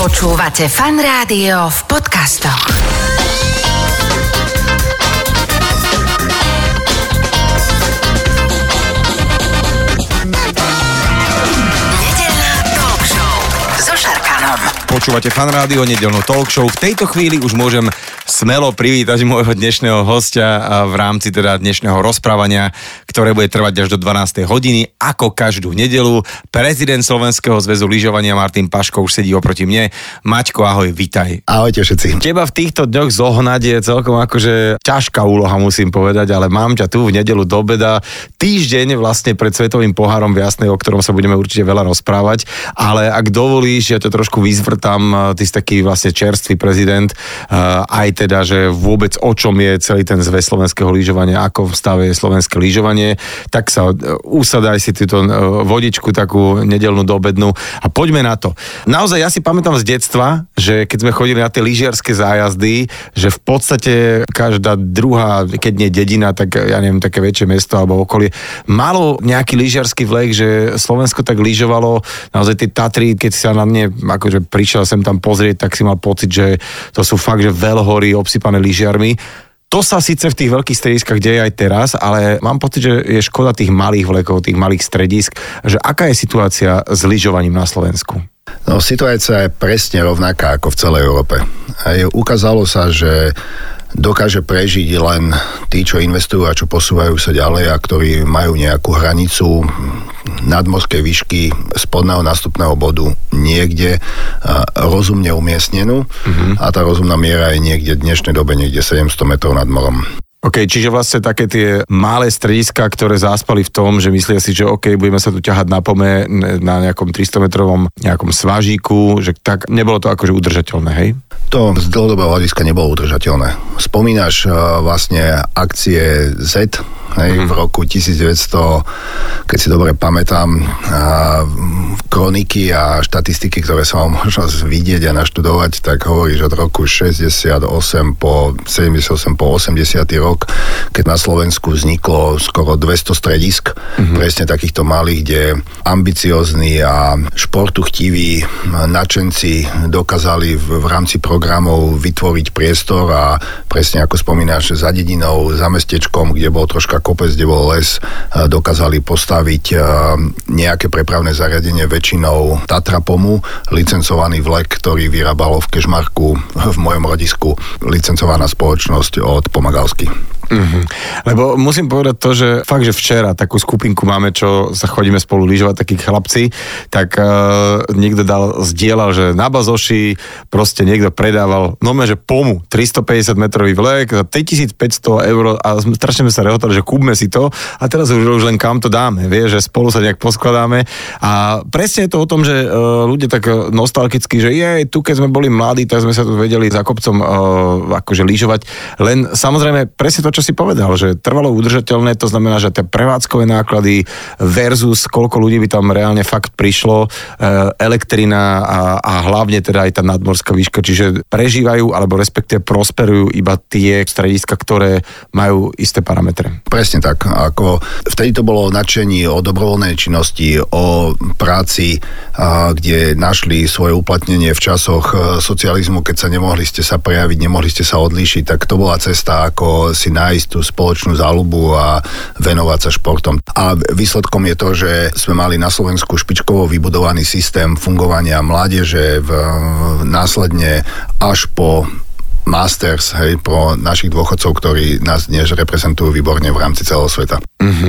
Počúvate Fan Rádio v podcastoch. Nedeľná talk show so Šarkanom. Počúvate Fan Rádio, nedeľnú talk show. V tejto chvíli už môžem smelo privítať môjho dnešného hostia v rámci teda dnešného rozprávania, ktoré bude trvať až do 12. hodiny, ako každú nedeľu. Prezident Slovenského zväzu lyžovania Martin Paško už sedí oproti mne. Maťko, ahoj, vitaj. Ahojte všetci. Teba v týchto dňoch zohnať je celkom akože ťažká úloha, musím povedať, ale mám ťa tu v nedeľu do obeda, týždeň vlastne pred Svetovým pohárom v Jasnej, o ktorom sa budeme určite veľa rozprávať, ale ak dovolíš, ja to trošku vyzvrtám, ty si taký vlastne čerstvý prezident, aj teda, že vôbec o čom je celý ten zväz slovenského lyžovania, ako v stave je slovenské lyžovanie, tak sa usadaj si túto vodičku takú nedeľnú doobednú a poďme na to. Naozaj ja si pamätám z detstva, že keď sme chodili na tie lyžiarske zájazdy, že v podstate každá druhá, keď nie dedina, tak ja neviem, také väčšie mesto alebo okolie, malo nejaký lyžiarsky vlek, že Slovensko tak lyžovalo, naozaj tie Tatry, keď sa na mne akože prišiel sem tam pozrieť, tak si mal pocit, že to sú fakt, že veľhory obsypané lyžiarmi. To sa síce v tých veľkých strediskách deje aj teraz, ale mám pocit, že je škoda tých malých vlekov, tých malých stredisk, že aká je situácia s lyžovaním na Slovensku? No, situácia je presne rovnaká ako v celej Európe. Ukázalo sa, že dokáže prežiť len tí, čo investujú a čo posúvajú sa ďalej a ktorí majú nejakú hranicu nadmorskej výšky spodného nástupného bodu niekde rozumne umiestnenú a tá rozumná miera je niekde v dnešnej dobe niekde 700 metrov nad morom. OK, čiže vlastne také tie malé strediská, ktoré zaspali v tom, že myslia si, že OK, budeme sa tu ťahať na pome na nejakom 300-metrovom nejakom svážiku, že tak nebolo to akože udržateľné, hej? To z dlhodobého hľadiska nebolo udržateľné. Spomínaš vlastne akcie Z, v roku 1900, keď si dobre pamätám, kroniky a štatistiky, ktoré som mal možnosť vidieť a naštudovať, tak hovoríš od roku 68 po 78 po 80. rok, keď na Slovensku vzniklo skoro 200 stredisk, presne takýchto malých, kde ambiciózni a športu chtiví nadšenci dokázali v rámci programov vytvoriť priestor a presne ako spomínaš, za dedinou, za mestečkom, kde bol troška kopec, kde bol les, dokázali postaviť nejaké prepravné zariadenie, väčšinou Tatrapomu, licencovaný vlek, ktorý vyrábalo v Kežmarku, v mojom rodisku, licencovaná spoločnosť od Pomagalsky. Lebo musím povedať to, že fakt, že včera takú skupinku máme, čo sa chodíme spolu lyžovať, takí chlapci, tak niekto zdieľal, že na Bazoši proste niekto predával, že Pomu, 350 metrový vlek za 3500 eur a strašne sme sa rehotali, že kúpme si to a teraz už len kam to dáme, vieš, že spolu sa nejak poskladáme a presne je to o tom, že ľudia tak nostalgicky, že tu keď sme boli mladí, tak sme sa tu vedeli za kopcom akože lyžovať, len samozrejme presne to, čo si povedal, že trvalo udržateľné, to znamená, že tie prevádzkové náklady versus koľko ľudí by tam reálne fakt prišlo, elektrina a hlavne teda aj tá nadmorská výška, čiže prežívajú alebo respektíve prosperujú iba tie strediska, ktoré majú isté parametre. Presne tak, ako vtedy to bolo nadšení o dobrovoľnej činnosti, o práci, kde našli svoje uplatnenie v časoch socializmu, keď sa nemohli ste sa prejaviť, nemohli ste sa odlíšiť, tak to bola cesta, ako si nájsť tú spoločnú záľubu a venovať sa športom. A výsledkom je to, že sme mali na Slovensku špičkovo vybudovaný systém fungovania mládeže následne až po Masters, pro našich dôchodcov, ktorí nás dnes reprezentujú výborne v rámci celého sveta.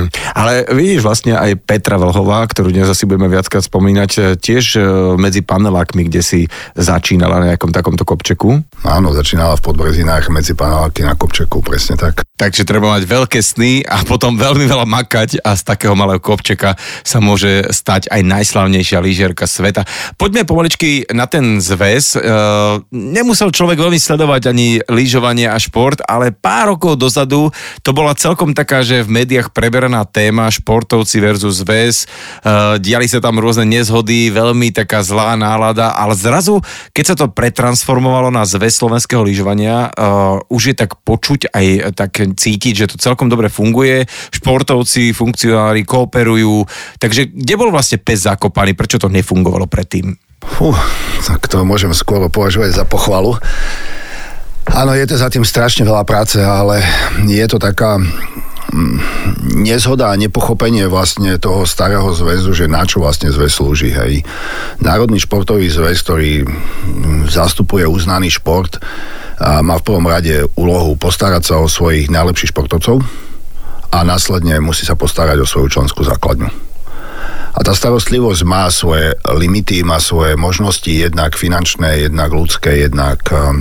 Ale vidíš vlastne aj Petra Vlhová, ktorú dnes asi budeme viackrát spomínať, tiež medzi panelákmi, kde si začínala na nejakom takomto kopčeku. Áno, začínala v Podbrezinách medzi paneláky na kopčeku, presne tak. Takže treba mať veľké sny a potom veľmi veľa makať a z takého malého kopčeka sa môže stať aj najslavnejšia lyžiarka sveta. Poďme pomaličky na ten zväz. Nemusel človek veľmi sledovať ani lyžovanie a šport, ale pár rokov dozadu to bola celkom taká, že v médiách preberaná téma športovci versus zväz. Diali sa tam rôzne nezhody, veľmi taká zlá nálada, ale zrazu, keď sa to pretransformovalo na zväz slovenského lyžovania, už je tak počuť aj tak cítiť, že to celkom dobre funguje, športovci, funkcionári kooperujú, takže kde bol vlastne pes zakopaný, prečo to nefungovalo predtým? Tak to môžem skôr považovať za pochvalu. Áno, je to za tým strašne veľa práce, ale je to taká nezhoda a nepochopenie vlastne toho starého zväzu, že na čo vlastne zväz slúži, hej. Národný športový zväz, ktorý zastupuje uznaný šport, má v prvom rade úlohu postarať sa o svojich najlepších športovcov a následne musí sa postarať o svoju členskú základňu. A tá starostlivosť má svoje limity, má svoje možnosti, jednak finančné, jednak ľudské, jednak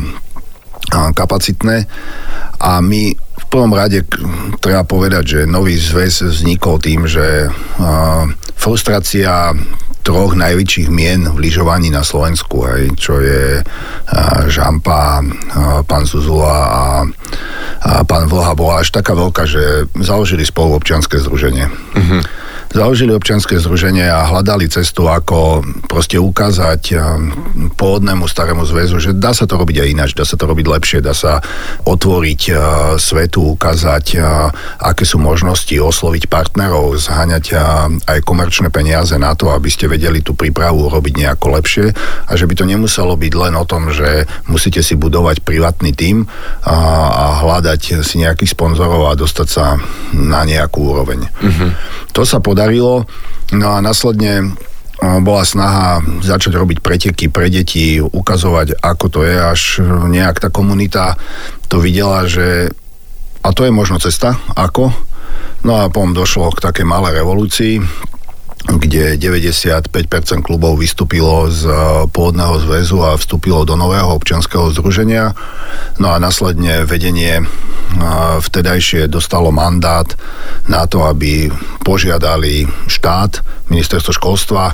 kapacitné. A my v prvom rade treba povedať, že nový zväz vznikol tým, že frustrácia troch najväčších mien v lyžovaní na Slovensku, čo je Žampa, pán Zuzula a pán Vlha, bola až taká veľká, že založili spolu občianske združenie. Založili občianske združenie a hľadali cestu, ako proste ukázať pôvodnému starému zväzu, že dá sa to robiť aj ináč, dá sa to robiť lepšie, dá sa otvoriť svetu, ukázať, aké sú možnosti, osloviť partnerov, zháňať aj komerčné peniaze na to, aby ste vedeli tú prípravu robiť nejako lepšie a že by to nemuselo byť len o tom, že musíte si budovať privátny tím a hľadať si nejakých sponzorov a dostať sa na nejakú úroveň. To sa podarilo, no a následne bola snaha začať robiť preteky pre deti, ukazovať, ako to je, až nejak tá komunita to videla, že a to je možno cesta, ako. No a potom došlo k takej malej revolúcii, kde 95% klubov vystúpilo z pôvodného zväzu a vstúpilo do nového občianskeho združenia. No a následne vedenie vtedajšie dostalo mandát na to, aby požiadali štát, ministerstvo školstva,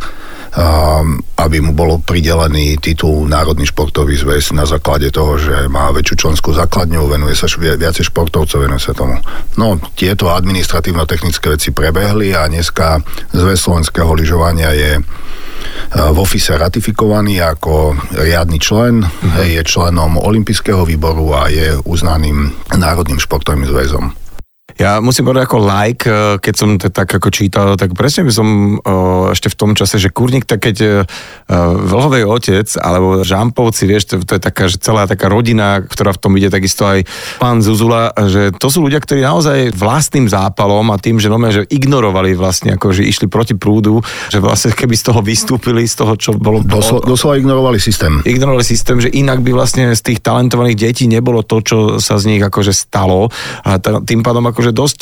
aby mu bolo pridelený titul Národný športový zväz na základe toho, že má väčšiu členskú základňu, venuje sa viacej športovcov, venuje sa tomu. No, tieto administratívno-technické veci prebehli a dneska Zväz slovenského lyžovania je v ofise ratifikovaný ako riadny člen, je členom olympijského výboru a je uznaným Národným športovým zväzom. Ja musím povedať ako like, keď som to tak ako čítal, tak presne by som ešte v tom čase, že Kurník, tak keď Vlhovej otec, alebo Žampovci, vieš, to je taká, že celá taká rodina, ktorá v tom ide, takisto aj pán Zuzula, že to sú ľudia, ktorí naozaj vlastným zápalom a tým, že že ignorovali vlastne, ako že išli proti prúdu, že vlastne keby z toho vystúpili, z toho, čo bolo... Doslova ignorovali systém. Ignorovali systém, že inak by vlastne z tých talentovaných detí nebolo to, čo sa z nich akože stalo a tým pádom akože dosť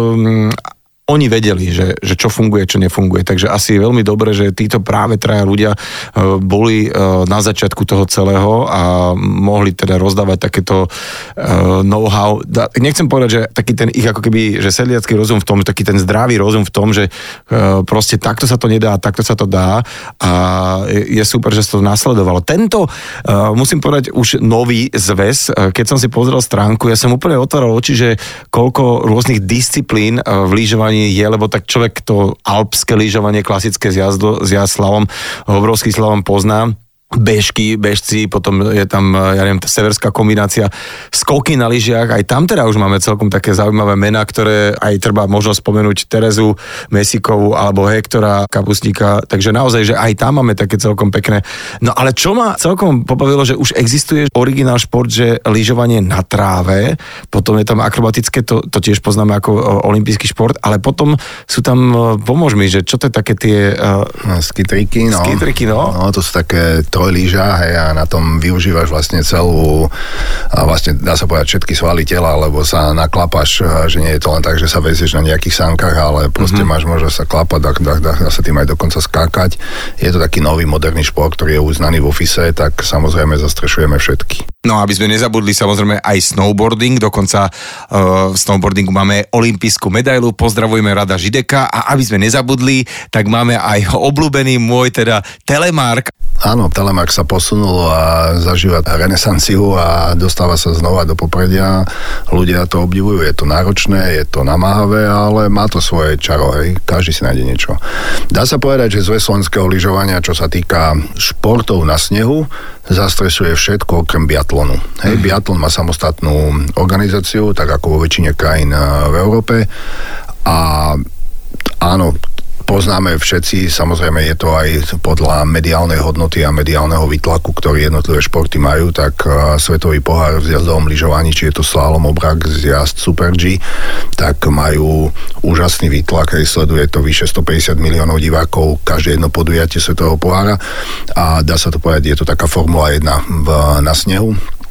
oni vedeli, že čo funguje, čo nefunguje. Takže asi je veľmi dobré, že títo práve traja ľudia boli na začiatku toho celého a mohli teda rozdávať takéto know-how. Nechcem povedať, že taký ten ich ako keby, že sedliacky rozum v tom, taký ten zdravý rozum v tom, že proste takto sa to nedá, takto sa to dá a je super, že sa to nasledovalo. Tento, musím povedať, už nový zväz, keď som si pozrel stránku, ja som úplne otváral oči, že koľko rôznych disciplín v lyžovaní je, lebo tak človek to alpské lyžovanie, klasické s jazdslavom, obrovský slavom pozná. Bežci, potom je tam, ja neviem, tá severská kombinácia, skoky na lyžiach, aj tam teda už máme celkom také zaujímavé mená, ktoré aj treba možno spomenúť Terezu Mesikovú alebo Hektora Kapustníka, takže naozaj, že aj tam máme také celkom pekné. No ale čo ma celkom pobavilo, že už existuje originál šport, že lyžovanie na tráve, potom je tam akrobatické, to tiež poznáme ako olympijský šport, ale potom sú tam, pomôž mi, že čo to je také tie... Skitriky, no. Skitriky, no. No, to sú také trojlíža, hej, a na tom využívaš vlastne celú, a vlastne dá sa povedať všetky svaly tela, lebo sa naklapaš, že nie je to len tak, že sa vezieš na nejakých sánkach, ale proste máš možnosť sa klapať, dá sa tým aj dokonca skákať. Je to taký nový moderný šport, ktorý je uznaný v ofise, tak samozrejme zastrešujeme všetky. No aby sme nezabudli samozrejme aj snowboarding, dokonca v snowboardingu máme olympijskú medailu, pozdravujeme Rada Žideka a aby sme nezabudli, tak máme aj obľúbený môj teda Telemark. Áno, Telemark sa posunul a zažíva renesanciu a dostáva sa znova do popredia. Ľudia to obdivujú, je to náročné, je to namáhavé, ale má to svoje čaro, hej. Každý si nájde niečo. Dá sa povedať, že zväz slovenského lyžovania, čo sa týka športov na snehu, zastresuje všetko okrem biatlonu. Hej, biatlon má samostatnú organizáciu, tak ako vo väčšine krajín v Európe. A áno, poznáme všetci, samozrejme je to aj podľa mediálnej hodnoty a mediálneho výtlaku, ktorý jednotlivé športy majú, tak svetový pohár v zjazdovom lyžovaní, či je to slalom, obrak, zjazd Super G, tak majú úžasný výtlak, aj sleduje to vyše 150 miliónov divákov, každé jedno podujatie svetového pohára a dá sa to povedať, je to taká Formula 1 na snehu.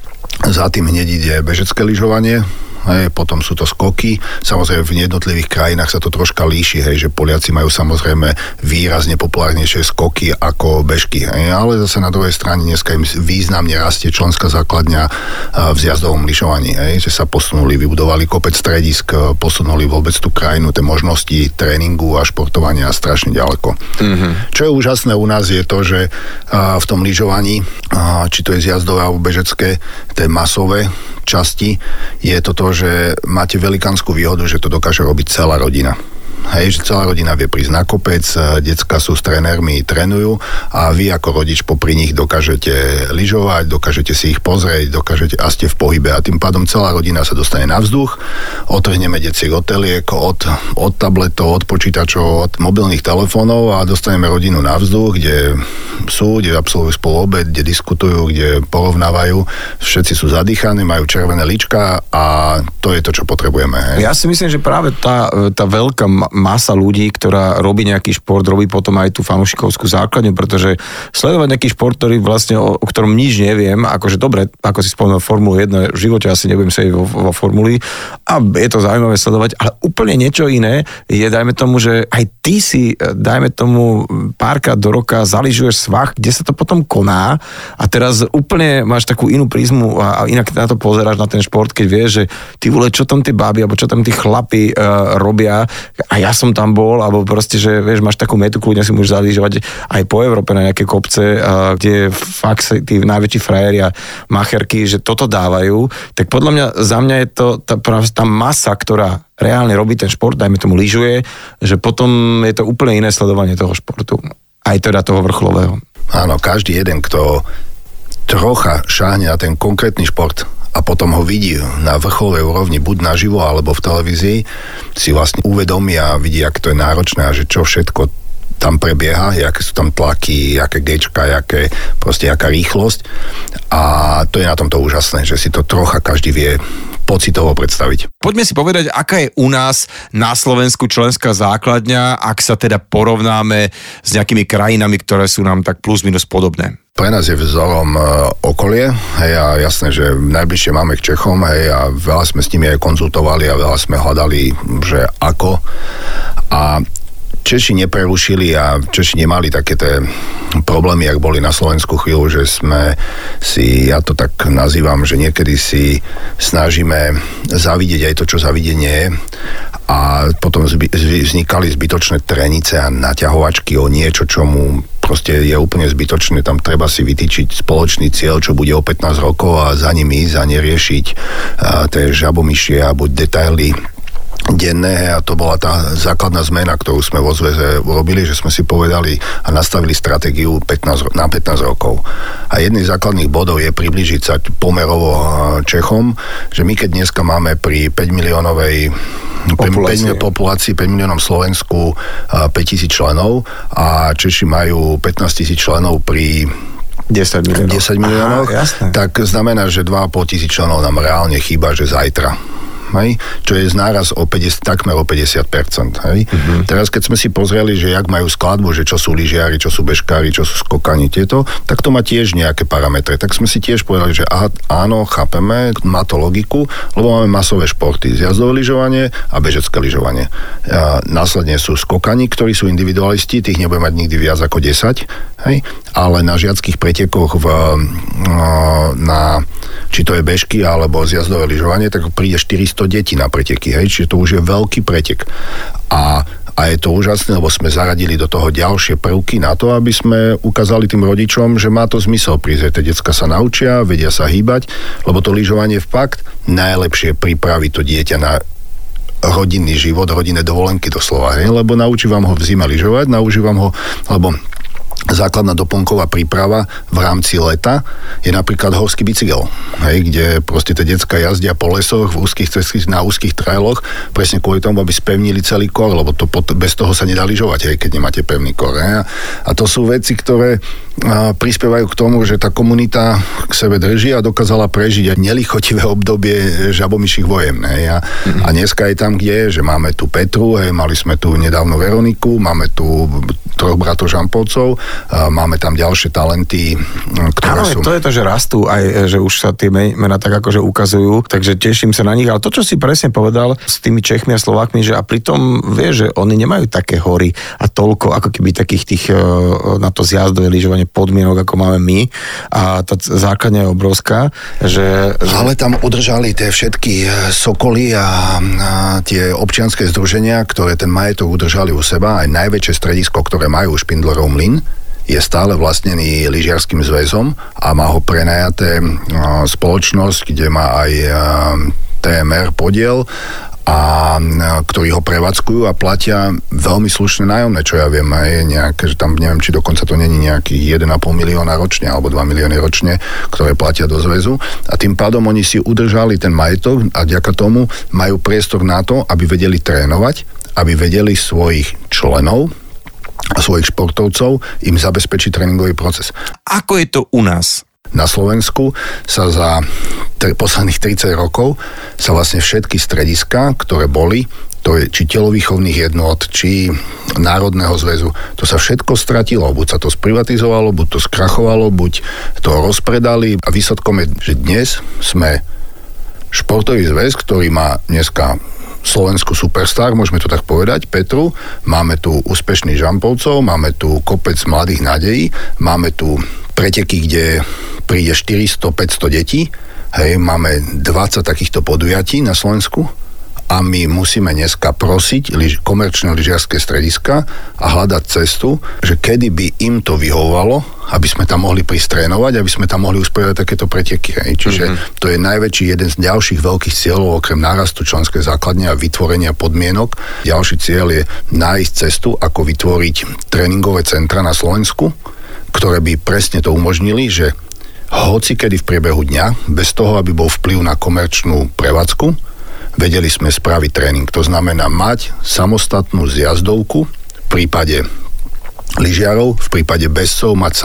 Za tým hneď ide bežecké lyžovanie, hej, potom sú to skoky. Samozrejme v jednotlivých krajinách sa to troška líši, hej, že Poliaci majú samozrejme výrazne populárnejšie skoky ako bežky. Hej, ale zase na druhej strane dneska im významne rastie členská základňa v zjazdovom lyžovaní. Hej, že sa posunuli, vybudovali kopec stredisk, posunuli vôbec tú krajinu, tie možnosti tréningu a športovania strašne ďaleko. Čo je úžasné u nás je to, že v tom lyžovaní, či to je zjazdové alebo bežecké, tie masové časti, je to, že máte velikánsku výhodu, že to dokáže robiť celá rodina. Hej, že celá rodina vie prísť na kopec, decka sú s trénermi, trénujú a vy ako rodič popri nich dokážete lyžovať, dokážete si ich pozrieť, dokážete a ste v pohybe a tým pádom celá rodina sa dostane na vzduch, otrhneme deciek od teliek, od tabletov, od počítačov, od mobilných telefónov a dostaneme rodinu na vzduch, kde absolvujú spolu obed, kde diskutujú, kde porovnávajú, všetci sú zadýchaní, majú červené lička a to je to, čo potrebujeme. Hej. Ja si myslím, že práve tá veľká masa ľudí, ktorá robí nejaký šport, robí potom aj tú fanúšikovskú základňu, pretože sledovať nejaký šport, ktorý vlastne, o ktorom nič neviem, akože dobre, ako si spomenul Formulu 1, v živote asi nebudem sedieť vo formuli a je to zaujímavé sledovať, ale úplne niečo iné je, dajme tomu, že aj ty si, dajme tomu, párkrát do roka zaližuješ svah, kde sa to potom koná a teraz úplne máš takú inú prízmu a inak na to pozeráš na ten šport, keď vieš, že ty vole, čo tam tí báby, alebo čo tam tí chlapi robia a ja som tam bol, alebo proste, že vieš, máš takú metu, kľudne si môžeš zalížovať aj po Európe na nejaké kopce, kde fakt tí najväčší frajeri a macherky, že toto dávajú, tak podľa mňa, za mňa je to tá masa, ktorá reálne robí ten šport, dajme tomu lyžuje, že potom je to úplne iné sledovanie toho športu. Aj teda toho vrcholového. Áno, každý jeden, kto trocha šáhne na ten konkrétny šport a potom ho vidí na vrcholovej úrovni, buď naživo, alebo v televízii, si vlastne uvedomí a vidí, jak to je náročné a že čo všetko tam prebieha, aké sú tam tlaky, aké gečka, aká rýchlosť. A to je na tomto úžasné, že si to trocha každý vie pocitovo predstaviť. Poďme si povedať, aká je u nás na Slovensku členská základňa, ak sa teda porovnáme s nejakými krajinami, ktoré sú nám tak plus minus podobné. Pre nás je vzorom okolie, hej, a jasné, že najbližšie máme k Čechom, hej, a veľa sme s nimi aj konzultovali a veľa sme hľadali, že ako. A Češi neprerušili a Češi nemali také tie problémy, jak boli na Slovensku chvíľu, že sme si, ja to tak nazývam, že niekedy si snažíme zavidieť aj to, čo zavidieť nie je. A potom vznikali zbytočné trenice a naťahovačky o niečo, čomu proste je úplne zbytočné. Tam treba si vytýčiť spoločný cieľ, čo bude o 15 rokov a za ním ísť a neriešiť tie žabomyšie a buď detaily denné a to bola tá základná zmena, ktorú sme vo zväze urobili, že sme si povedali a nastavili stratégiu na 15 rokov. A jedný z základných bodov je priblížiť sa pomerovo Čechom, že my keď dneska máme pri 5 miliónovej populácii, 5 miliónom Slovensku 5 000 členov a Češi majú 15 000 členov pri 10 miliónov, tak znamená, že 2 500 členov nám reálne chýba, že zajtra. Hej, čo je náraz takmer o 50%. Hej. Teraz, keď sme si pozreli, že jak majú skladbu, že čo sú lyžiari, čo sú bežkári, čo sú skokani, tieto, tak to má tiež nejaké parametre. Tak sme si tiež povedali, že áno, chápeme, má to logiku, lebo máme masové športy, zjazdové lyžovanie a bežecké lyžovanie. Následne sú skokani, ktorí sú individualisti, tých nebudeme mať nikdy viac ako 10, hej, ale na žiackých pretekoch či to je bežky alebo zjazdové lyžovanie, tak príde 400 detí na preteky, hej, čiže to už je veľký pretek. A A je to úžasné, lebo sme zaradili do toho ďalšie prvky na to, aby sme ukázali tým rodičom, že má to zmysel prísť. Tie decka sa naučia, vedia sa hýbať, lebo to lyžovanie je fakt najlepšie pripraví to dieťa na rodinný život, rodinné dovolenky doslova, lebo naučí vám ho v zime lyžovať, naučí vám ho, lebo základná doplnková príprava v rámci leta je napríklad horský bicykel, kde proste tie decká jazdia po lesoch, v úzkých cestách, na úzkých trailoch, presne kvôli tomu, aby spevnili celý kor, lebo to bez toho sa nedá lyžovať, keď nemáte pevný kor. A to sú veci, ktoré prispievajú k tomu, že tá komunita k sebe drží a dokázala prežiť aj nelichotivé obdobie žabomyších vojen. A dneska je tam, kde je, že máme tu Petru, mali sme tu nedávno Veroniku, máme tu 3 bratov Žampovcov, máme tam ďalšie talenty, ktoré sú... To je to, že rastú aj, že už sa tie mená tak akože ukazujú, takže teším sa na nich, ale to, čo si presne povedal s tými Čechmi a Slovákmi, že a pritom vieš, že oni nemajú také hory a toľko, ako keby takých tých na to zjazdové lyžovanie podmienok, ako máme my a tá základňa je obrovská, že... Ale tam udržali tie všetky Sokoly a tie občianske združenia, ktoré ten majetok udržali u seba, aj najväčšie stredisko, ktoré majú Špindlerov mlyn, je stále vlastnený lyžiarským zväzom a má ho prenajaté spoločnosť, kde má aj TMR podiel a ktorí ho prevádzkujú a platia veľmi slušné nájomné, čo ja viem, je nejaké, že tam neviem, či dokonca to není nejakých 1,5 milióna ročne alebo 2 milióny ročne, ktoré platia do zväzu a tým pádom oni si udržali ten majetok a vďaka tomu majú priestor na to, aby vedeli trénovať, aby vedeli svojich členov a svojich športovcov im zabezpečiť tréningový proces. Ako je to u nás? Na Slovensku sa za posledných 30 rokov sa vlastne všetky strediská, ktoré boli, to je či telovýchovných jednot, či Národného zväzu, to sa všetko stratilo. Buď sa to sprivatizovalo, buď to skrachovalo, buď to rozpredali. A výsledkom je, že dnes sme športový zväz, ktorý má dneska slovenskú superstar, môžeme to tak povedať, Petru, máme tu úspešných Žampovcov, máme tu kopec mladých nádejí, máme tu preteky, kde príde 400-500 detí, máme 20 takýchto podujatí na Slovensku a my musíme dneska prosiť komerčné lyžiarske strediska a hľadať cestu, že kedy by im to vyhovovalo, aby sme tam mohli prísť trénovať, aby sme tam mohli usporiadať takéto preteky. Čiže to je najväčší jeden z ďalších veľkých cieľov, okrem nárastu členskej základne a vytvorenia podmienok. Ďalší cieľ je nájsť cestu, ako vytvoriť tréningové centra na Slovensku, ktoré by presne to umožnili, že hoci kedy v priebehu dňa, bez toho, aby bol vplyv na komerčnú prevádzku, vedeli sme spraviť tréning. To znamená mať samostatnú zjazdovku v prípade lyžiarov, v prípade bežcov mať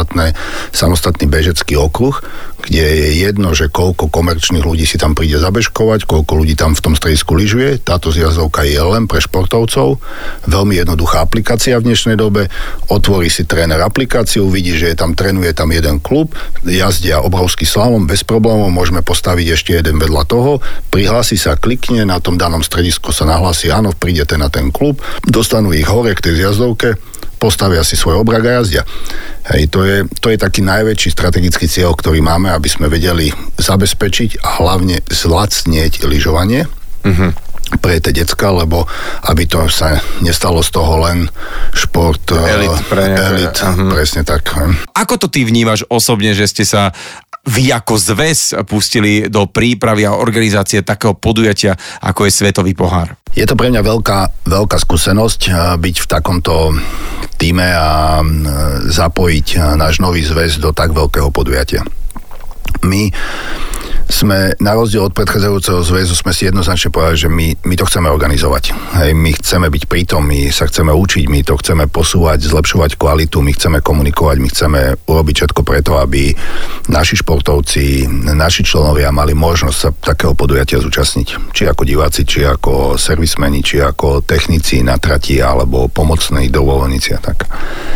samostatný bežecký okruh, kde je jedno, že koľko komerčných ľudí si tam príde zabežkovať, koľko ľudí tam v tom stredisku lyžuje. Táto zjazdovka je len pre športovcov. Veľmi jednoduchá aplikácia v dnešnej dobe. Otvorí si tréner aplikáciu, vidí, že trénuje tam jeden klub, jazdia obrovský slalom, bez problémov, môžeme postaviť ešte jeden vedľa toho, prihlási sa, klikne, na tom danom stredisku sa nahlási, áno, prídete na ten klub, dostanú ich hore k tej zjazdovke, postavia si svoj obrak a jazdia. To je taký najväčší strategický cieľ, ktorý máme, aby sme vedeli zabezpečiť a hlavne zlacnieť lyžovanie pre tie decka, lebo aby to sa nestalo z toho len šport elit, presne tak. Ako to ty vnímaš osobne, že ste sa vy ako zväz pustili do prípravy a organizácie takého podujatia, ako je Svetový pohár? Je to pre mňa veľká skúsenosť byť v takomto tíme a zapojiť náš nový zväz do tak veľkého podujatia. My sme, na rozdiel od predchádzajúceho zväzu, sme si jednoznačne povedali, že my to chceme organizovať. My chceme byť prítomní, sa chceme učiť, my to chceme posúvať, zlepšovať kvalitu, my chceme komunikovať, my chceme urobiť všetko preto, aby naši športovci, naši členovia mali možnosť sa takého podujatia zúčastniť. Či ako diváci, či ako servismeni, či ako technici na trati, alebo pomocní dobrovoľníci a tak.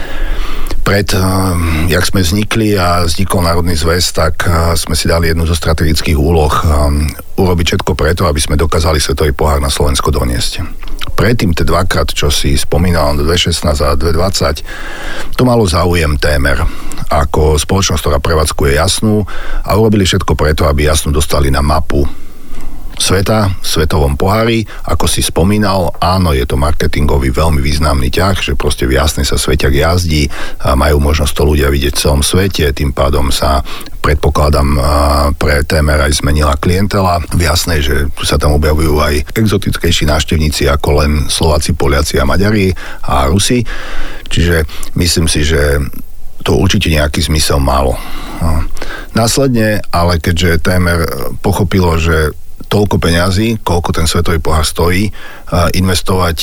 Jak sme vznikli a vznikol Národný zväz, tak sme si dali jednu zo strategických úloh urobiť všetko preto, aby sme dokázali Svetový pohár na Slovensko doniesť. Predtým tie dvakrát, čo si spomínal, 2016 a 2020, to malo záujem TMR ako spoločnosť, ktorá prevádzkuje Jasnú a urobili všetko preto, aby Jasnú dostali na mapu sveta, v svetovom pohári. Ako si spomínal, áno, je to marketingový veľmi významný ťah, že proste v Jasnej sa Svetiak jazdí, majú možnosť to ľudia vidieť v celom svete, tým pádom sa predpokladám pre TMR aj zmenila klientela. V Jasnej, že tu sa tam objavujú aj exotickejší návštevníci ako len Slováci, Poliaci a Maďari a Rusi. Čiže myslím si, že to určite nejaký zmysel malo. Následne, ale keďže TMR pochopilo, že toľko peňazí, koľko ten svetový pohár stojí, investovať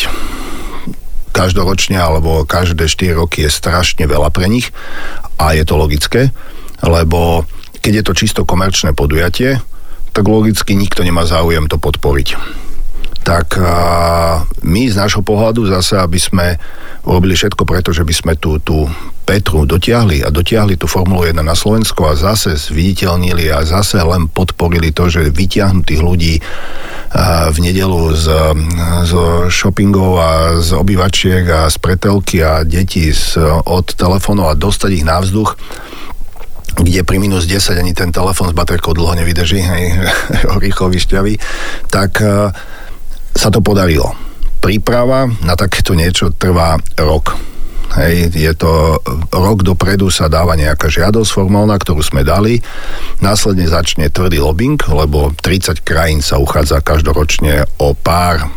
každoročne alebo každé 4 roky je strašne veľa pre nich a je to logické, lebo keď je to čisto komerčné podujatie, tak logicky nikto nemá záujem to podporiť. Tak my z nášho pohľadu zase, aby sme urobili všetko preto, že by sme tú Petru dotiahli tú Formulu 1 na Slovensko a zase zviditeľnili a zase len podporili to, že vytiahnutých ľudí v nedeľu z shoppingov a z obývačiek a z pretelky a detí od telefónov a dostať ich na vzduch, kde pri minus 10 ani ten telefón s baterkou dlho nevydrží, ho rýchlo vyšťaví, tak sa to podarilo. Príprava na takéto niečo trvá rok. Hej, je to rok dopredu sa dáva nejaká žiadosť formálna, ktorú sme dali. Následne začne tvrdý lobbying, lebo 30 krajín sa uchádza každoročne o pár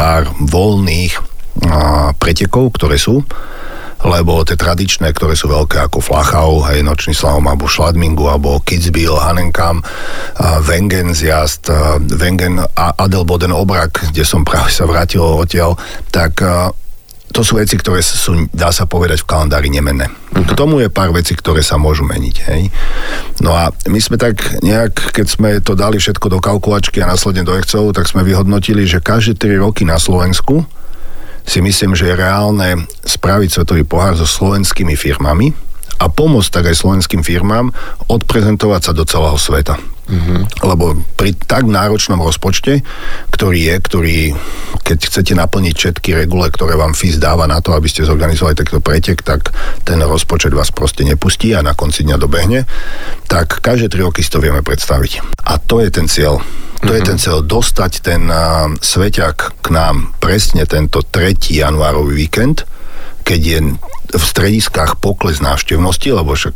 voľných pretekov, ktoré sú. Lebo tie tradičné, ktoré sú veľké ako Flachau, hej, Nočný slalom, alebo Schladmingu, alebo Kitzbühel, Hahnenkamm, Wengen zjazd, Wengen a Adelboden Obrak, kde som práve sa vrátil odtiaľ, tak to sú veci, ktoré sú, dá sa povedať, v kalendári nemenné. K tomu je pár vecí, ktoré sa môžu meniť. Hej. No a my sme tak nejak, keď sme to dali všetko do kalkulačky a následne do Excelu, tak sme vyhodnotili, že každé 3 roky na Slovensku si myslím, že je reálne spraviť svetový pohár so slovenskými firmami a pomôcť tak aj slovenským firmám odprezentovať sa do celého sveta. Lebo pri tak náročnom rozpočte, ktorý keď chcete naplniť všetky regule, ktoré vám FIS dáva na to, aby ste zorganizovali takto pretek, tak ten rozpočet vás proste nepustí a na konci dňa dobehne, tak každé 3 roky si to vieme predstaviť. A to je ten cieľ. To je ten cieľ, dostať ten Svetiak k nám presne tento 3. januárový víkend, keď je v strediskách pokles návštevnosti, lebo však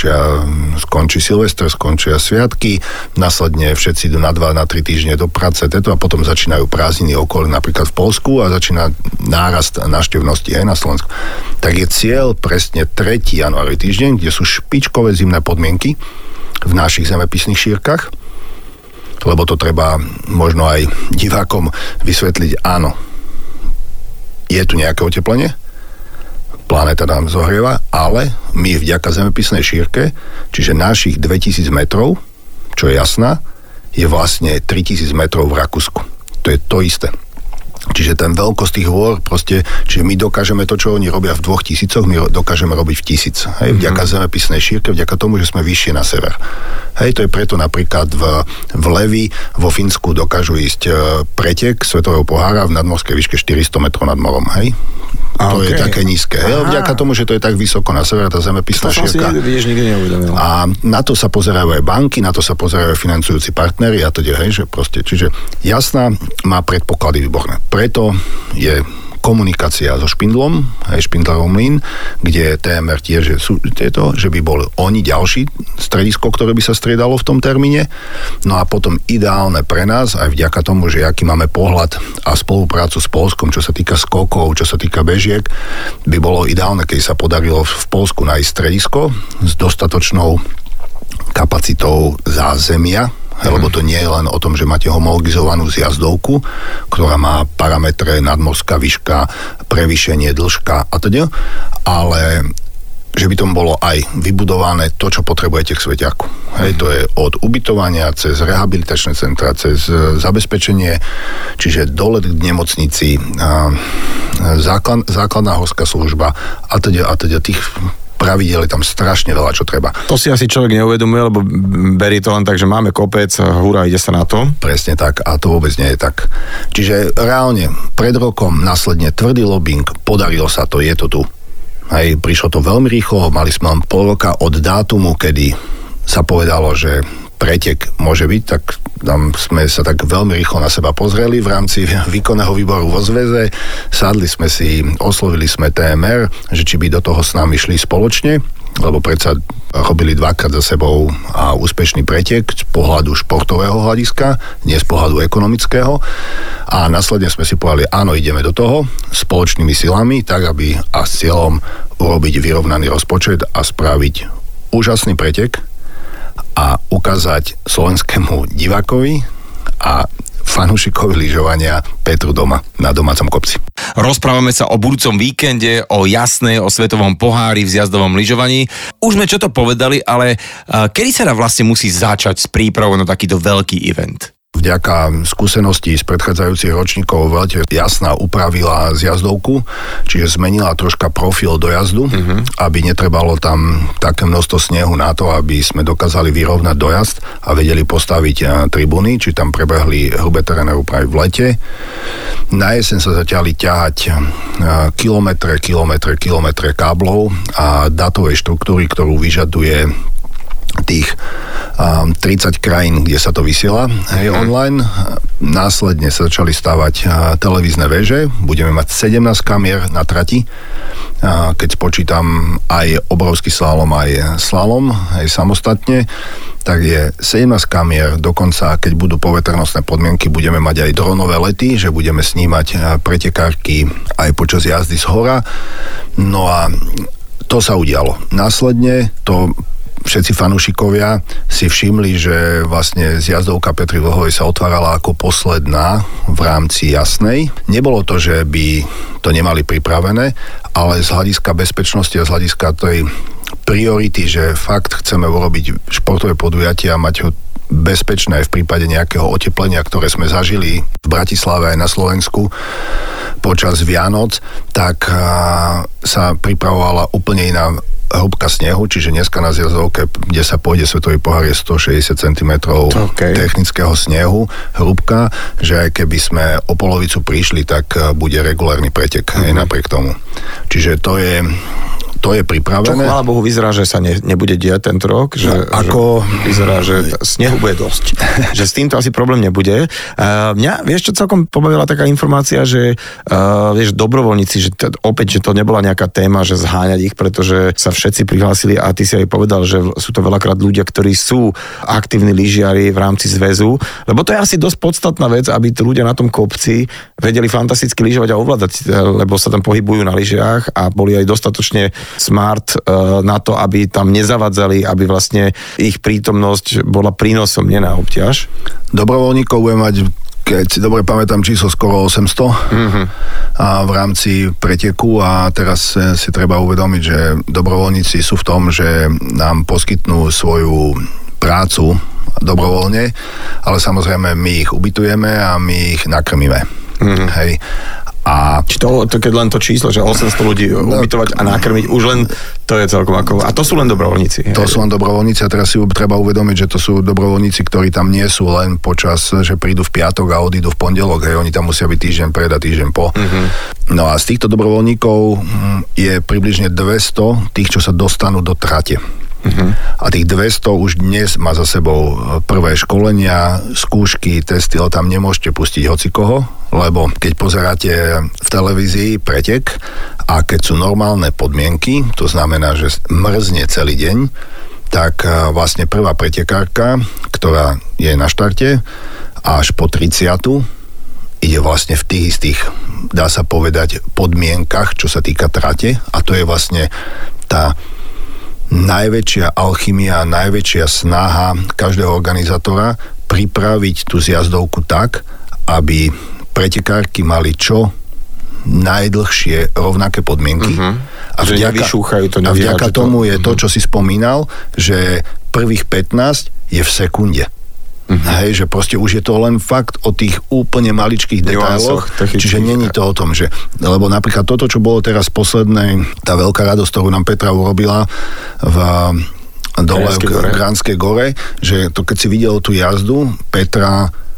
skončí Silvester, skončia sviatky, následne všetci idú na 2-3 týždne do práce a potom začínajú prázdniny okolo napríklad v Poľsku a začína nárast návštevnosti aj na Slovensku. Tak je cieľ presne 3. januárový týždeň, kde sú špičkové zimné podmienky v našich zemepisných šírkach, lebo to treba možno aj divákom vysvetliť. Áno, je tu nejaké oteplenie, planéta nám zohrieva, ale my vďaka zemepisnej šírke, čiže našich 2000 metrov, čo je jasná, je vlastne 3000 metrov v Rakúsku. To je to isté. Čiže ten veľkosť tých hôr proste, čiže my dokážeme to, čo oni robia v 2000, my dokážeme robiť v 1000. Hej, vďaka zemepisnej šírke, vďaka tomu, že sme vyššie na sever. Hej, to je preto napríklad v Levi vo Fínsku dokážu ísť pretek svetového pohára v nadmorskej výške 400 metrov nad morom. Hej. To je také nízke. Hej, vďaka tomu, že to je tak vysoko na sever, tá zemepisná šírka. To som si nikdy neuvedomil. A na to sa pozerajú aj banky, na to sa pozerajú aj financujúci partneri a teda, hej, že proste, čiže Jasná má predpoklady výborné. Preto je komunikácia so Špindlom, aj Špindlerom Mlyn, kde TMR tiež sú tieto, že by bol oni ďalší stredisko, ktoré by sa striedalo v tom termíne. No a potom ideálne pre nás, aj vďaka tomu, že aký máme pohľad a spoluprácu s Poľskom, čo sa týka skokov, čo sa týka bežiek, by bolo ideálne, keď sa podarilo v Poľsku nájsť stredisko s dostatočnou kapacitou zázemia, lebo to nie je len o tom, že máte homologizovanú zjazdovku, ktorá má parametre nadmorská výška, prevýšenie, dĺžka a teda, ale že by tom bolo aj vybudované to, čo potrebujete k Svetiaku. Hej, to je od ubytovania cez rehabilitačné centra, cez zabezpečenie, čiže dolet k nemocnici, základná horská služba a teda tých pravidel je tam strašne veľa, čo treba. To si asi človek neuvedomuje, lebo berie to len tak, že máme kopec, hurá, ide sa na to. Presne tak, a to vôbec nie je tak. Čiže reálne, pred rokom následne tvrdý lobbying, podarilo sa to, je to tu. Hej, prišlo to veľmi rýchlo, mali sme len pol roka od dátumu, kedy sa povedalo, že pretek môže byť, tak tam sme sa tak veľmi rýchlo na seba pozreli v rámci výkonného výboru vo zväze, sadli sme si, oslovili sme TMR, že či by do toho s nami šli spoločne, lebo predsa robili 2-krát za sebou a úspešný pretek z pohľadu športového hľadiska, nie z pohľadu ekonomického. A následne sme si povedali, áno, ideme do toho spoločnými silami, tak aby a s cieľom urobiť vyrovnaný rozpočet a spraviť úžasný pretek a ukázať slovenskému divákovi a fanúšikovi lyžovania Petru doma na domácom kopci. Rozprávame sa o budúcom víkende, o Jasnej, o svetovom pohári v zjazdovom lyžovaní. Už sme čo to povedali, ale kedy sa vlastne musí začať s prípravou na takýto veľký event? Vďaka skúsenosti z predchádzajúcich ročníkov veľte Jasná upravila zjazdovku, čiže zmenila troška profil dojazdu, aby netrebalo tam také množstvo snehu na to, aby sme dokázali vyrovnať dojazd a vedeli postaviť tribúny, či tam prebehli hrubé terénne úpravy v lete. Na jeseň sa začali ťahať kilometre káblov a dátovej štruktúry, ktorú vyžaduje tých 30 krajín, kde sa to vysiela online. Následne sa začali stavať televízne veže. Budeme mať 17 kamier na trati. Keď spočítam aj obrovský slalom, aj slalom, aj samostatne, tak je 17 kamier. Dokonca, keď budú poveternostné podmienky, budeme mať aj dronové lety, že budeme snímať pretekárky aj počas jazdy z hora. No a to sa udialo. Následne to všetci fanúšikovia si všimli, že vlastne zjazdovka Petry Vlhovej sa otvárala ako posledná v rámci Jasnej. Nebolo to, že by to nemali pripravené, ale z hľadiska bezpečnosti a z hľadiska tej priority, že fakt chceme urobiť športové podujatie a mať ho bezpečné v prípade nejakého oteplenia, ktoré sme zažili v Bratislave aj na Slovensku počas Vianoc, tak sa pripravovala úplne iná hrúbka snehu, čiže dneska na zjazdovke, kde sa pôjde svetový pohár, je 160 cm technického snehu, hrúbka, že aj keby sme o polovicu prišli, tak bude regulárny pretek aj napriek tomu. Čiže to je pripravené. Čo chvála Bohu vyzerá, že sa nebude diať tento rok, že vyzerá, že snehu bude dosť. Že s týmto asi problém nebude. Mňa, vieš čo, celkom pobavila taká informácia, že vieš, dobrovoľníci, že opäť, že to nebola nejaká téma, že zháňať ich, pretože sa všetci prihlásili a ty si aj povedal, že sú to veľakrát ľudia, ktorí sú aktívni lyžiari v rámci zväzu, lebo to je asi dosť podstatná vec, aby tí ľudia na tom kopci vedeli fantasticky lyžovať a ovládať, lebo sa tam pohybujú na lyžiach a boli aj dostatočne smart na to, aby tam nezavadzali, aby vlastne ich prítomnosť bola prínosom, nie na obťaž. Dobrovoľníkov bude mať, keď si dobre pamätám, číslo skoro 800 a v rámci preteku a teraz si treba uvedomiť, že dobrovoľníci sú v tom, že nám poskytnú svoju prácu dobrovoľne, ale samozrejme my ich ubytujeme a my ich nakrmíme. Hej. A či to, keď len to číslo, že 800 ľudí ubytovať a nakrmiť, už len to je celkom ako... A to sú len dobrovoľníci. To sú len dobrovoľníci a teraz si treba uvedomiť, že to sú dobrovoľníci, ktorí tam nie sú len počas, že prídu v piatok a odídu v pondelok. Hej, oni tam musia byť týždeň pred a týždeň po. No a z týchto dobrovoľníkov je približne 200 tých, čo sa dostanú do trate. A tých 200 už dnes má za sebou prvé školenia, skúšky, testy, ale tam nemôžete pustiť hocikoho, lebo keď pozeráte v televízii pretek a keď sú normálne podmienky, to znamená, že mrzne celý deň, tak vlastne prvá pretekárka, ktorá je na štarte, až po 30. ide vlastne v tých istých, dá sa povedať, podmienkach, čo sa týka trate, a to je vlastne tá najväčšia alchymia, najväčšia snaha každého organizátora pripraviť tú zjazdovku tak, aby pretekárky mali čo najdlhšie rovnaké podmienky. A vďaka tomu je to, čo si spomínal, že prvých 15 je v sekunde. Hej, že proste už je to len fakt o tých úplne maličkých detailoch, čiže není to o tom, že, lebo napríklad toto, čo bolo teraz posledné, tá veľká radosť, ktorú nám Petra urobila v dole v Granskej gore, že to keď si videl tú jazdu, Petra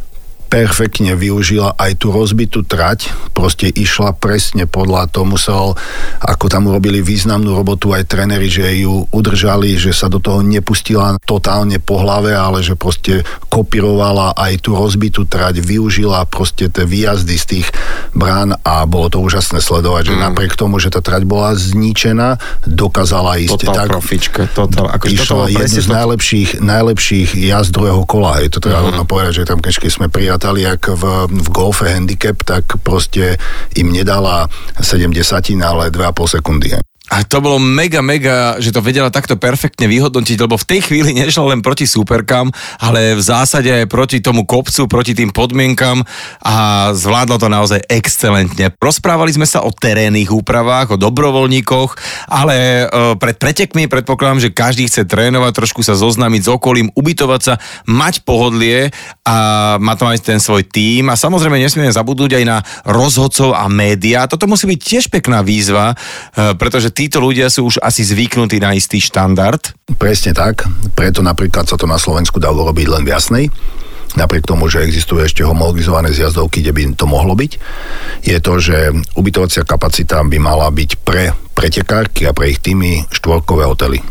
perfektne využila aj tú rozbitú trať, proste išla presne podľa toho, musel, ako tam urobili významnú robotu aj tréneri, že ju udržali, že sa do toho nepustila totálne po hlave, ale že proste kopírovala aj tú rozbitú trať, využila proste tie výjazdy z tých brán a bolo to úžasné sledovať, že napriek tomu, že tá trať bola zničená, dokázala ísť Total tak. profička, total. Akože Išla jednu z najlepších jazd druhého kola. Je to treba rovno povedať, že tam keď sme prijatali jak v golfe handicap, tak proste im nedala 70, ale 2,5 sekundy. A to bolo mega, že to vedela takto perfektne vyhodnotiť, lebo v tej chvíli nešla len proti súperkám, ale v zásade aj proti tomu kopcu, proti tým podmienkam a zvládla to naozaj excelentne. Rozprávali sme sa o terénnych úpravách, o dobrovoľníkoch, ale pred pretekmi predpokladám, že každý chce trénovať, trošku sa zoznámiť s okolím, ubytovať sa, mať pohodlie a má to aj ten svoj tím a samozrejme nesmieme zabudnúť aj na rozhodcov a médiá. Toto musí byť tiež pekná výzva, pretože títo ľudia sú už asi zvyknutí na istý štandard. Presne tak, preto napríklad sa to na Slovensku dalo robiť len v Jasnej, napriek tomu, že existujú ešte homologizované zjazdovky, kde by to mohlo byť, je to, že ubytovacia kapacita by mala byť pre pretekárky a pre ich týmy štvorkové hotely.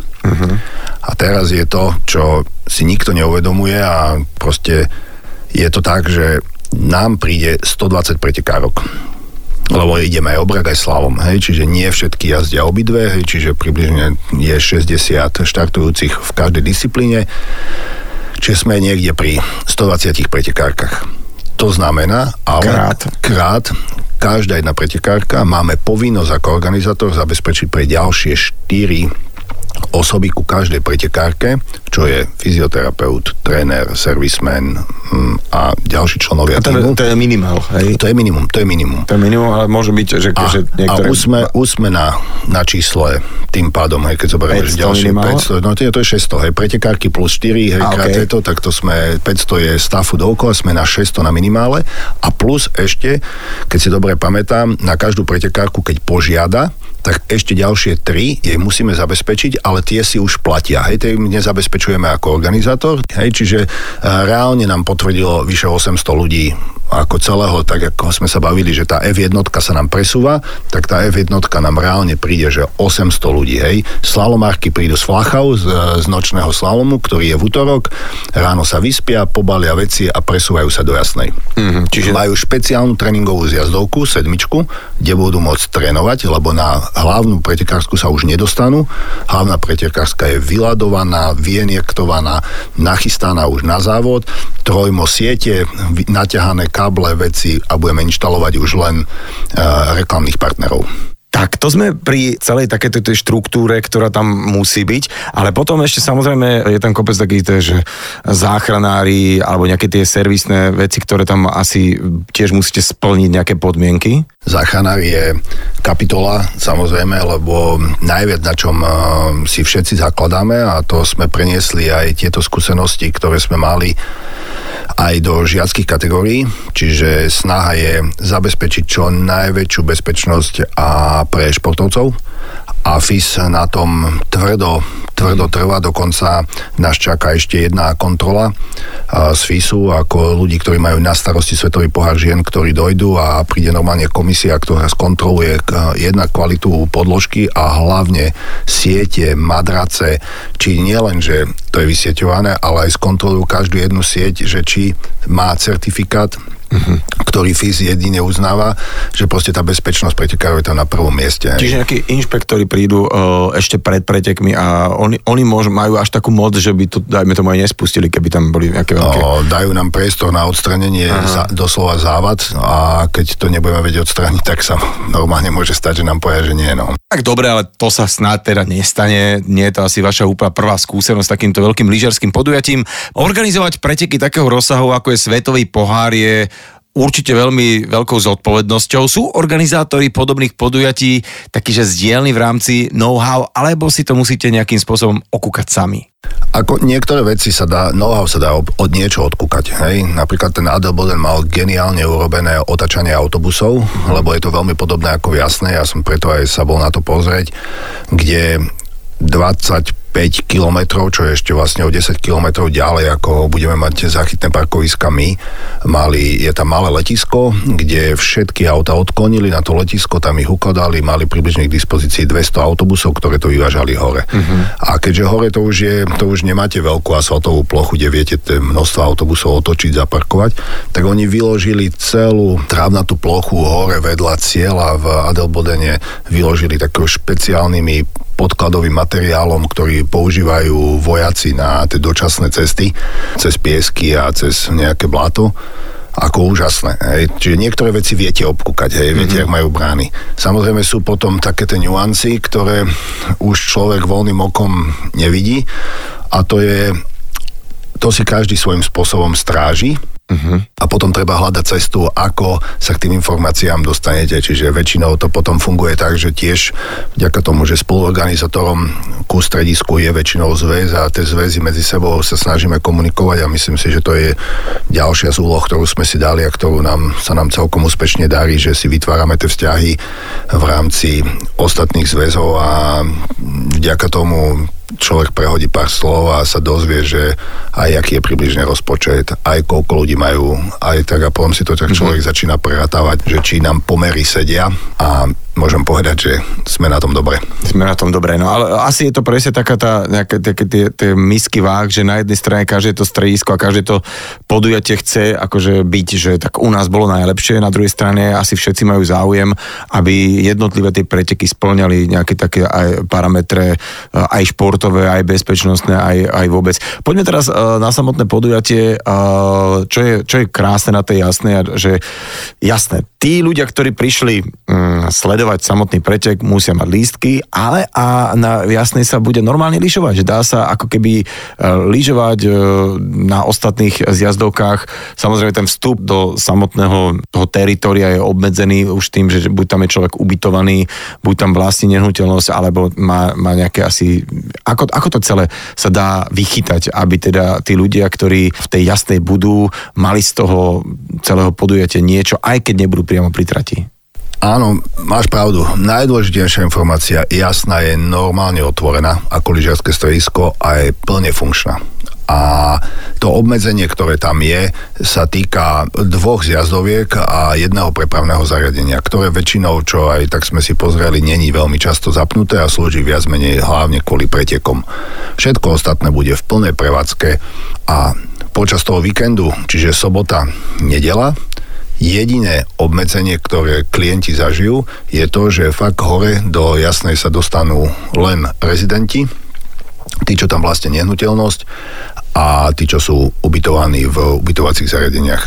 A teraz je to, čo si nikto neuvedomuje a proste je to tak, že nám príde 120 pretekárok. Lebo ideme aj obrek, aj slalom, hej, čiže nie všetky jazdia obidve, hej, čiže približne je 60 štartujúcich v každej disciplíne, čiže sme niekde pri 120 pretekárkach. To znamená, ale krát každá jedna pretekárka máme povinnosť ako organizátor zabezpečiť pre ďalšie 4 osoby ku každej pretekárke, čo je fyzioterapeut, tréner, servisman a ďalší členovia týmu. To je minimál, hej? To je minimum. To je minimum, ale môže byť, že niektoré... A už sme na čísle tým pádom, hej, keď zoberieme, že ďalšie 500, no to je 600, hej, pretekárky plus 4, hej, krát je to, tak to sme, 500 je stafu dookola, sme na 600 na minimále a plus ešte, keď si dobre pamätám, na každú pretekárku, keď požiada, tak ešte ďalšie 3 jej musíme zabezpečiť, ale tie si už platia. Hej, tie nezabezpečujeme ako organizátor. Hej, čiže reálne nám potvrdilo vyše 800 ľudí ako celého, tak ako sme sa bavili, že tá F1 sa nám presúva, tak tá F1 nám reálne príde, že 800 ľudí. Hej. Slalomárky prídu z Flachau, z nočného slalomu, ktorý je v útorok, ráno sa vyspia, pobalia veci a presúvajú sa do Jasnej. Čiže majú špeciálnu tréningovú zjazdovku, 7, kde budú môcť trénovať, lebo na hlavnú pretekársku sa už nedostanú. Hlavná pretekárska je vyladovaná, vyinjektovaná, nachystaná už na závod, trojmo siete, naťahané káble, veci a budeme inštalovať už len reklamných partnerov. Tak, to sme pri celej takéto štruktúre, ktorá tam musí byť, ale potom ešte samozrejme je tam kopec takých, že záchranári alebo nejaké tie servisné veci, ktoré tam asi tiež musíte splniť nejaké podmienky. Záchranár je kapitola, samozrejme, lebo najviac, na čom si všetci zakladáme, a to sme preniesli aj tieto skúsenosti, ktoré sme mali aj do žiackych kategórií, čiže snaha je zabezpečiť čo najväčšiu bezpečnosť a pre športovcov a FIS na tom tvrdo trvá, dokonca nás čaká ešte jedna kontrola z FISu, ako ľudí, ktorí majú na starosti Svetový pohár žien, ktorí dojdú a príde normálne komisia, ktorá skontroluje jednak kvalitu podložky a hlavne siete, madrace, či nie len, že to je vysieťované, ale aj skontrolujú každú jednu sieť, že či má certifikát, ktorý FIS jedine uznáva, že proste tá bezpečnosť pretekárov je tam na prvom mieste. Čiže nejakí inšpektori prídu ešte pred pretekmi a oni majú až takú moc, že by to, dajme tomu, aj nespustili, keby tam boli nejaké veľké... Dajú nám priestor na odstranenie doslova závad a keď to nebudeme vedieť odstrániť, tak sa normálne môže stať, že nám povedia, že nie. No. Tak dobre, ale to sa snáď teda nestane. Nie je to asi vaša úplná prvá skúsenosť s takýmto veľkým lyžiarským podujatím. Organizovať preteky takého rozsahu, ako je Svetový pohár, je určite veľmi veľkou zodpovednosťou. Sú organizátori podobných podujatí takí, že zdieľni v rámci know-how, alebo si to musíte nejakým spôsobom okúkať sami? Ako niektoré veci know-how sa dá od niečo odkúkať. Hej? Napríklad ten Adelboden mal geniálne urobené otáčanie autobusov, lebo je to veľmi podobné ako v Jasnej, ja som preto aj sa bol na to pozrieť, kde 25 kilometrov, čo je ešte vlastne o 10 kilometrov ďalej, ako budeme mať záchytné parkoviska my. Je tam malé letisko, kde všetky auta odklonili na to letisko, tam ich ukladali, mali približne k dispozícii 200 autobusov, ktoré to vyvážali hore. A keďže hore to už nemáte veľkú asfaltovú plochu, kde viete množstvo autobusov otočiť, zaparkovať, tak oni vyložili celú trávnatú plochu hore vedľa cieľa v Adelbodene, vyložili takým špeciálnymi podkladovým materiálom, ktorý používajú vojaci na tie dočasné cesty, cez piesky a cez nejaké bláto. Ako úžasné. Hej. Čiže niektoré veci viete obkúkať, viete, jak majú brány. Samozrejme sú potom také tie nuancy, ktoré už človek voľným okom nevidí a to si každý svojím spôsobom stráži. A potom treba hľadať cestu, ako sa k tým informáciám dostanete. Čiže väčšinou to potom funguje tak, že tiež vďaka tomu, že spoluorganizátorom ku stredisku je väčšinou zväz a tie zväzy medzi sebou sa snažíme komunikovať a myslím si, že to je ďalšia z úloh, ktorú sme si dali a ktorú sa nám celkom úspešne darí, že si vytvárame tie vzťahy v rámci ostatných zväzov a vďaka tomu človek prehodí pár slov a sa dozvie, že aj aký je približne rozpočet, aj koľko ľudí majú, aj tak a potom si to tak človek začína preratávať, že či nám pomery sedia a môžem povedať, že sme na tom dobre. Sme na tom dobre, no ale asi je to presne taká tie misky váh, že na jednej strane každé to stredisko a každé to podujatie chce akože byť, že tak u nás bolo najlepšie, na druhej strane asi všetci majú záujem, aby jednotlivé tie preteky spĺňali nejaké také aj parametre, aj športové, aj bezpečnostné, aj vôbec. Poďme teraz na samotné podujatie, čo je krásne na tej Jasnej, že jasné, tí ľudia, ktorí prišli sledovať samotný pretek, musia mať lístky, ale a na Jasnej sa bude normálne lyžovať, že dá sa ako keby lyžovať na ostatných zjazdovkách. Samozrejme ten vstup do samotného toho teritoria je obmedzený už tým, že buď tam je človek ubytovaný, buď tam vlastní nehnuteľnosť, alebo má nejaké asi... Ako to celé sa dá vychytať, aby teda tí ľudia, ktorí v tej Jasnej budú, mali z toho celého podujatia niečo, aj keď nebudú priamo pri trati? Áno, máš pravdu. Najdôležitejšia informácia, Jasná je normálne otvorená ako lyžiarske stredisko a je plne funkčná. A to obmedzenie, ktoré tam je, sa týka 2 zjazdoviek a 1 prepravného zariadenia, ktoré väčšinou, čo aj tak sme si pozreli, není veľmi často zapnuté a slúži viac menej hlavne kvôli pretekom. Všetko ostatné bude v plnej prevádzke a počas toho víkendu, čiže sobota, nedeľa, jediné obmedzenie, ktoré klienti zažijú, je to, že fakt hore do Jasnej sa dostanú len rezidenti, tí, čo tam vlastne nehnuteľnosť a tí, čo sú ubytovaní v ubytovacích zariadeniach.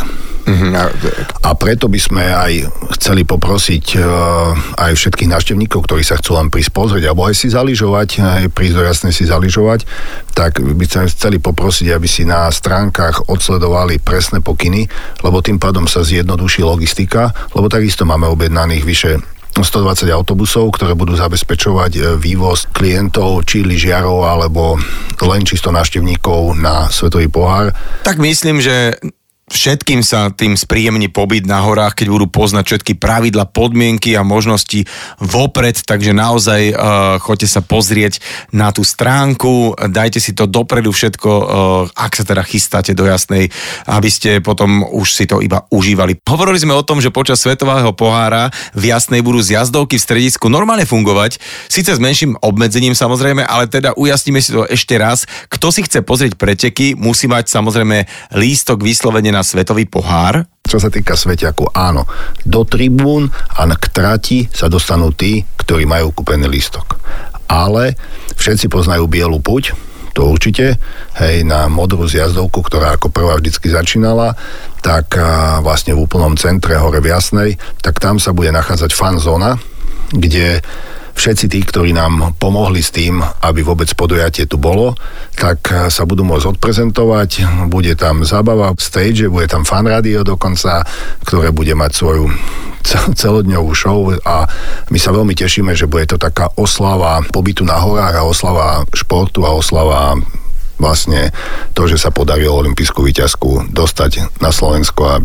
A preto by sme aj chceli poprosiť aj všetkých návštevníkov, ktorí sa chcú len prísť pozrieť alebo aj si zaližovať, aj prísť do Jasnej si zaližovať, tak by sme chceli poprosiť, aby si na stránkach odsledovali presné pokyny, lebo tým pádom sa zjednoduší logistika, lebo takisto máme objednaných vyše 120 autobusov, ktoré budú zabezpečovať vývoz klientov, či lyžiarov, alebo len čisto návštevníkov na Svetový pohár. Tak myslím, že všetkým sa tým spríjemní pobyt na horách, keď budú poznať všetky pravidla, podmienky a možnosti vopred, takže naozaj choďte sa pozrieť na tú stránku, dajte si to dopredu všetko, ak sa teda chystáte do Jasnej, aby ste potom už si to iba užívali. Hovorili sme o tom, že počas Svetového pohára v Jasnej budú zjazdovky v stredisku normálne fungovať, síce s menším obmedzením samozrejme, ale teda ujasníme si to ešte raz. Kto si chce pozrieť preteky, musí mať samozrejme lístok vyslovene na Svetový pohár. Čo sa týka Svetiaku, áno. Do tribún a k trati sa dostanú tí, ktorí majú kúpený lístok. Ale všetci poznajú Bielu puť, to určite, hej, na modrú zjazdovku, ktorá ako prvá vždycky začínala, tak vlastne v úplnom centre hore v Jasnej, tak tam sa bude nachádzať fan zóna, kde všetci tí, ktorí nám pomohli s tým, aby vôbec podujatie tu bolo, tak sa budú môcť odprezentovať, bude tam zábava v stage, bude tam fan rádio dokonca, ktoré bude mať svoju celodňovú show a my sa veľmi tešíme, že bude to taká oslava pobytu na horách a oslava športu a oslava vlastne to, že sa podarilo olympijskú víťazku dostať na Slovensko, aby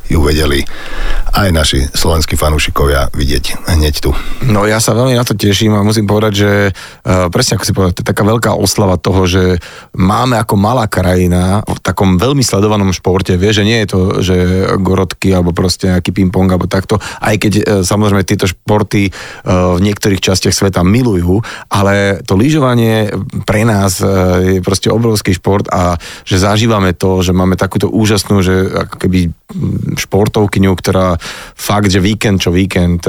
ju vedeli aj naši slovenskí fanúšikovia vidieť hneď tu. No ja sa veľmi na to teším a musím povedať, že presne ako si povedal, to je taká veľká oslava toho, že máme ako malá krajina v takom veľmi sledovanom športe, vie, že nie je to, že gorotky alebo proste nejaký ping-pong alebo takto, aj keď samozrejme tieto športy v niektorých častiach sveta milujú, ale to lyžovanie pre nás je proste obrovský šport a že zažívame to, že máme takúto úžasnú, že ako keby športovkyňu, ktorá fakt, že víkend čo víkend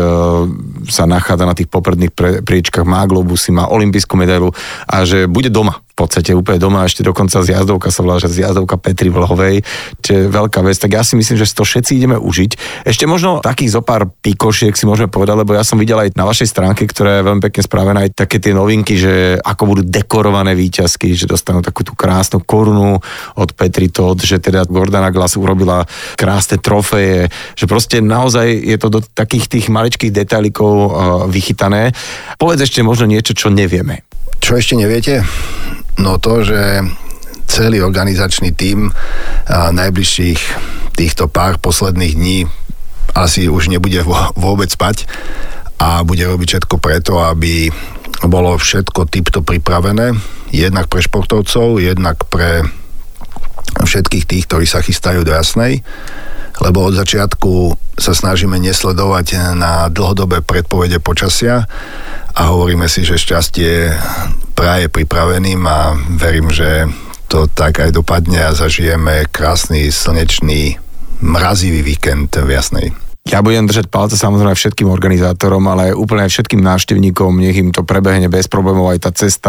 sa nachádza na tých popredných priečkách, má globusy, má olympijskú medailu a že bude doma. V podstate úplne doma, ešte dokonca zjazdovka sa volá, že zjazdovka Petry Vlhovej, čo je veľká vec, tak ja si myslím, že to všetci ideme užiť. Ešte možno takých zopár pikošiek si môžeme povedať, lebo ja som videl aj na vašej stránke, ktorá je veľmi pekne spravená, aj také tie novinky, že ako budú dekorované víťazky, že dostanú takú tú krásnu korunu od Petry Todd, že teda Gordana Glass urobila krásne trofeje, že proste naozaj je to do takých tých maličkých detailikov vychytané. Povedz ešte možno niečo, čo nevieme. Čo ešte neviete? No to, že celý organizačný tím najbližších týchto pár posledných dní asi už nebude vôbec spať a bude robiť všetko preto, aby bolo všetko tipto pripravené, jednak pre športovcov, jednak pre všetkých tých, ktorí sa chystajú do Jasnej, lebo od začiatku sa snažíme nesledovať na dlhodobé predpovede počasia a hovoríme si, že šťastie praje pripraveným a verím, že to tak aj dopadne a zažijeme krásny, slnečný, mrazivý víkend v Jasnej. Ja budem držať palce samozrejme všetkým organizátorom, ale aj úplne všetkým návštevníkom, nech im to prebehne bez problémov aj tá cesta.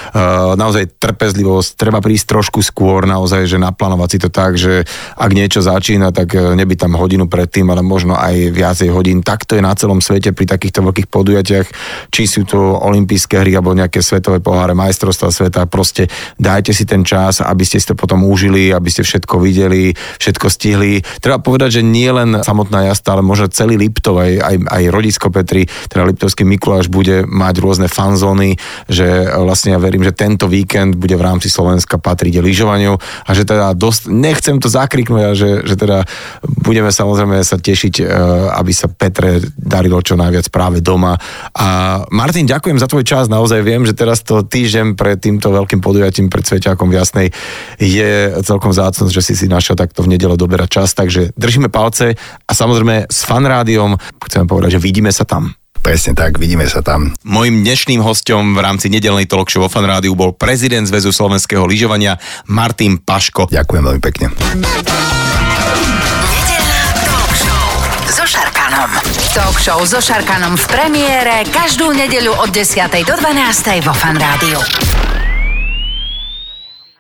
Naozaj trpezlivosť, treba prísť trošku skôr, naozaj, že naplánovať si to tak, že ak niečo začína, tak nebyť tam hodinu predtým, ale možno aj viacej hodín. Tak to je na celom svete pri takýchto veľkých podujatiach, či sú to olympijské hry alebo nejaké svetové poháre, majstrovstvá sveta, proste dajte si ten čas, aby ste si to potom užili, aby ste všetko videli, všetko stihli. Treba povedať, že nie len samotná jazda, ale možno celý Liptov, aj rodisko Petry, teda Liptovský Mikuláš bude mať rôzne fanzóny, že vlastne ja verím, že tento víkend bude v rámci Slovenska patriť lyžovaniu a že teda nechcem to zakriknúť, a že teda budeme samozrejme sa tešiť, aby sa Petre darilo čo najviac práve doma. A Martin, ďakujem za tvoj čas, naozaj viem, že teraz to týždeň pred týmto veľkým podujatím pred Cveťákom v Jasnej je celkom vzácnosť, že si našiel takto v nedeľu doberať čas, takže držíme palce a samozrejme s Fan Rádiom chcem povedať, že vidíme sa tam. Presne tak, vidíme sa tam. Mojím dnešným hosťom v rámci nedeľnej talk show vo Fan Rádiu bol prezident Zväzu slovenského lyžovania Martin Paško. Ďakujem veľmi pekne. Nedeľná talk show so Šarkanom. Talk show so Šarkanom v premiére každú nedeľu od 10. do 12. vo Fan Rádiu.